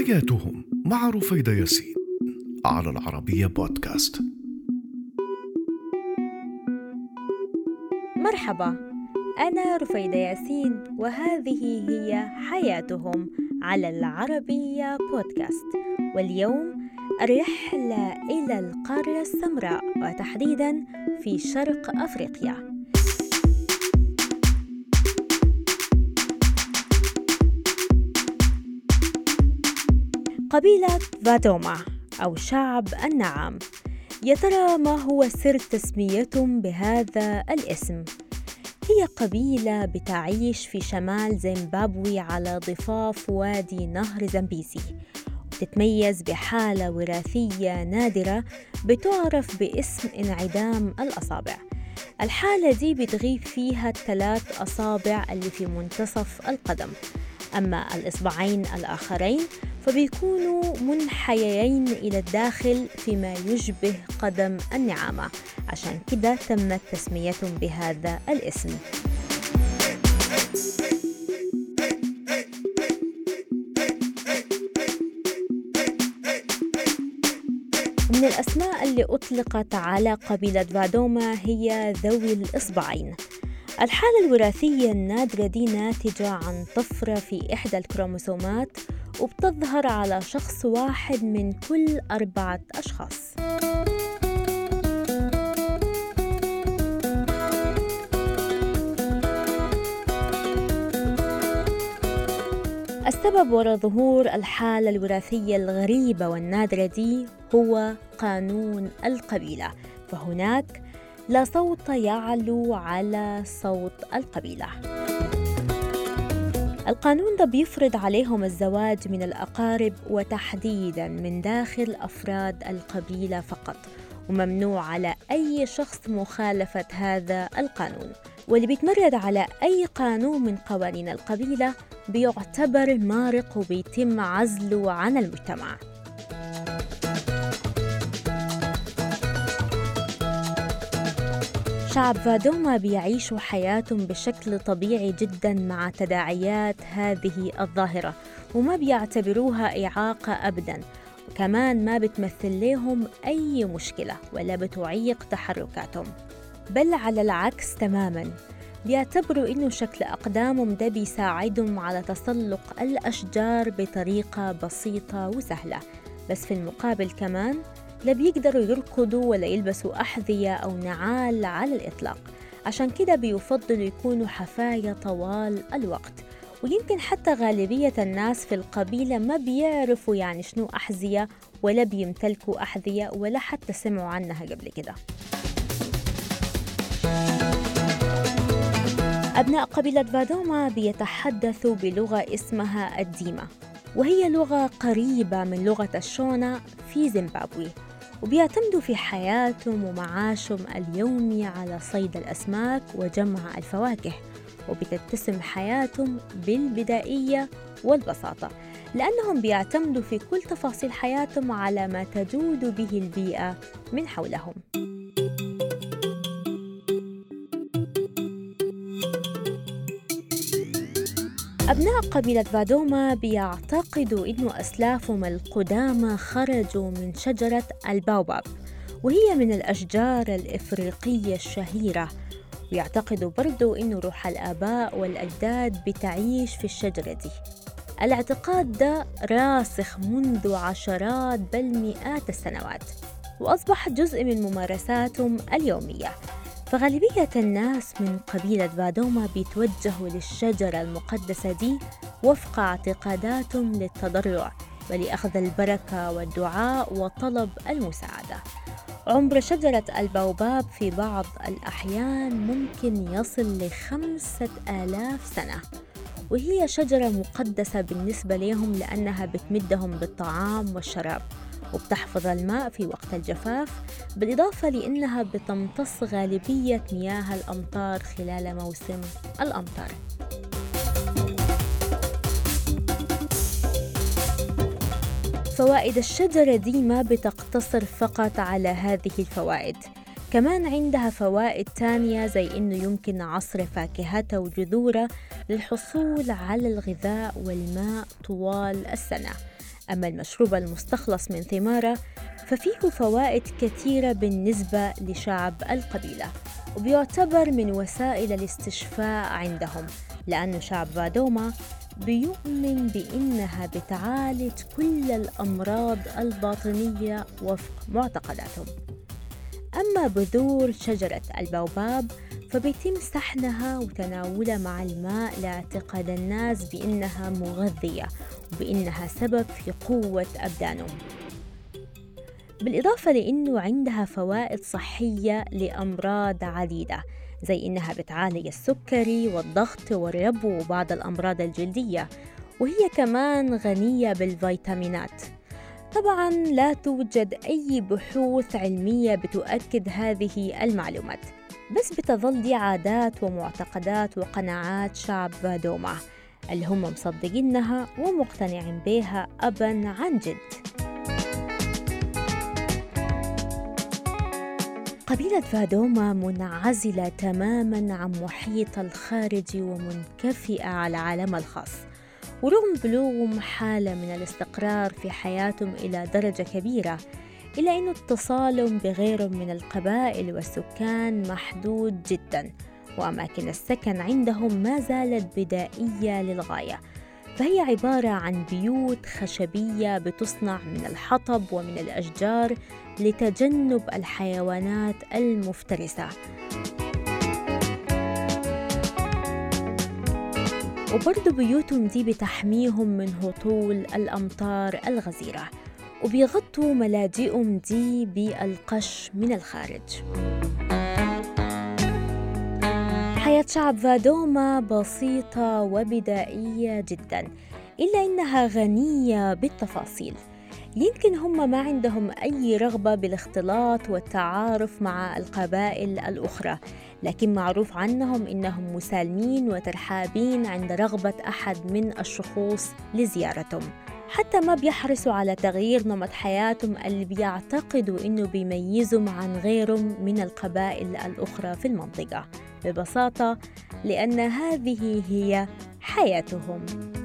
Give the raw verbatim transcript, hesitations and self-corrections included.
حياتهم مع رفيدة ياسين على العربية بودكاست. مرحبا، أنا رفيدة ياسين وهذه هي حياتهم على العربية بودكاست. واليوم الرحلة إلى القارة السمراء وتحديداً في شرق أفريقيا. قبيلة فادوما أو شعب النعام، يا ترى ما هو سر تسميتهم بهذا الاسم؟ هي قبيلة بتعيش في شمال زيمبابوي على ضفاف وادي نهر زامبيزي، وتتميز بحالة وراثية نادرة بتعرف باسم انعدام الأصابع. الحالة دي بتغيب فيها الثلاث أصابع اللي في منتصف القدم، أما الإصبعين الآخرين فبيكونوا منحيين إلى الداخل فيما يشبه قدم النعامة، عشان كده تمت تسميتهم بهذا الاسم. من الأسماء اللي أطلقت على قبيلة فادوما هي ذوي الإصبعين. الحالة الوراثية النادرة دي ناتجة عن طفرة في إحدى الكروموسومات، وبتظهر على شخص واحد من كل أربعة أشخاص. السبب وراء ظهور الحالة الوراثية الغريبة والنادرة دي هو قانون القبيلة، فهناك لا صوت يعلو على صوت القبيلة. القانون ده بيفرض عليهم الزواج من الأقارب، وتحديداً من داخل أفراد القبيلة فقط، وممنوع على أي شخص مخالفة هذا القانون. واللي بيتمرد على أي قانون من قوانين القبيلة بيعتبر مارق وبيتم عزله عن المجتمع. شعب فادوما بيعيشوا حياتهم بشكل طبيعي جداً مع تداعيات هذه الظاهرة، وما بيعتبروها إعاقة أبداً، وكمان ما بتمثل لهم أي مشكلة ولا بتعيق تحركاتهم، بل على العكس تماماً. بيعتبروا إنه شكل أقدامهم ده بيساعدهم على تسلق الأشجار بطريقة بسيطة وسهلة، بس في المقابل كمان لا بيقدروا يركضوا ولا يلبسوا أحذية أو نعال على الإطلاق، عشان كده بيفضلوا يكونوا حفاية طوال الوقت. ويمكن حتى غالبية الناس في القبيلة ما بيعرفوا يعني شنو أحذية، ولا بيمتلكوا أحذية، ولا حتى سمعوا عنها قبل كده. أبناء قبيلة فادوما بيتحدثوا بلغة اسمها الديما، وهي لغة قريبة من لغة الشونا في زيمبابوي، وبيعتمدوا في حياتهم ومعاشهم اليومي على صيد الأسماك وجمع الفواكه، وبتتسم حياتهم بالبدائية والبساطة، لأنهم بيعتمدوا في كل تفاصيل حياتهم على ما تجود به البيئة من حولهم. أبناء قبيلة فادوما بيعتقدوا إنه أسلافهم القدامى خرجوا من شجرة الباوباب، وهي من الأشجار الإفريقية الشهيرة، ويعتقدوا برضو إنه روح الآباء والأجداد بتعيش في الشجرة دي. الاعتقاد ده راسخ منذ عشرات بل مئات السنوات، وأصبح جزء من ممارساتهم اليومية. فغالبية الناس من قبيلة فادوما بيتوجهوا للشجرة المقدسة دي وفق اعتقاداتهم للتضرع ولأخذ البركة والدعاء وطلب المساعدة. عمر شجرة الباوباب في بعض الأحيان ممكن يصل لخمسة آلاف سنة، وهي شجرة مقدسة بالنسبة لهم لأنها بتمدهم بالطعام والشراب، وبتحفظ الماء في وقت الجفاف، بالإضافة لأنها بتمتص غالبية مياه الأمطار خلال موسم الأمطار. فوائد الشجرة دي ما بتقتصر فقط على هذه الفوائد، كمان عندها فوائد تانية زي إنه يمكن عصر فاكهتها وجذورها للحصول على الغذاء والماء طوال السنة. أما المشروب المستخلص من ثماره ففيه فوائد كثيرة بالنسبة لشعب القبيلة، وبيعتبر من وسائل الاستشفاء عندهم، لأن شعب فادوما بيؤمن بأنها بتعالج كل الأمراض الباطنية وفق معتقداتهم. أما بذور شجرة البوباب فبيتم سحنها وتناولها مع الماء لاعتقاد الناس بأنها مغذية وبأنها سبب في قوة أبدانهم، بالإضافة لأنه عندها فوائد صحية لأمراض عديدة، زي إنها بتعالج السكري والضغط والربو وبعض الأمراض الجلدية، وهي كمان غنية بالفيتامينات. طبعاً لا توجد أي بحوث علمية بتؤكد هذه المعلومات، بس بتظل دي عادات ومعتقدات وقناعات شعب فادوما اللي هم مصدقينها ومقتنعين بها أباً عن جد. قبيلة فادوما منعزلة تماماً عن محيط الخارج ومنكفئة على عالمها الخاص، ورغم بلوغهم حالة من الاستقرار في حياتهم إلى درجة كبيرة، إلا أن اتصالهم بغيرهم من القبائل والسكان محدود جداً، وأماكن السكن عندهم ما زالت بدائية للغاية، فهي عبارة عن بيوت خشبية بتصنع من الحطب ومن الأشجار لتجنب الحيوانات المفترسة. وبرضو بيوتهم دي بتحميهم من هطول الأمطار الغزيرة، وبيغطوا ملاجئهم دي بالقش من الخارج. حياة شعب فادوما بسيطة وبدائية جداً، إلا إنها غنية بالتفاصيل. يمكن هم ما عندهم أي رغبة بالاختلاط والتعارف مع القبائل الأخرى، لكن معروف عنهم إنهم مسالمين وترحابين عند رغبة أحد من الشخوص لزيارتهم، حتى ما بيحرصوا على تغيير نمط حياتهم اللي بيعتقدوا إنه بيميزهم عن غيرهم من القبائل الأخرى في المنطقة، ببساطة لأن هذه هي حياتهم.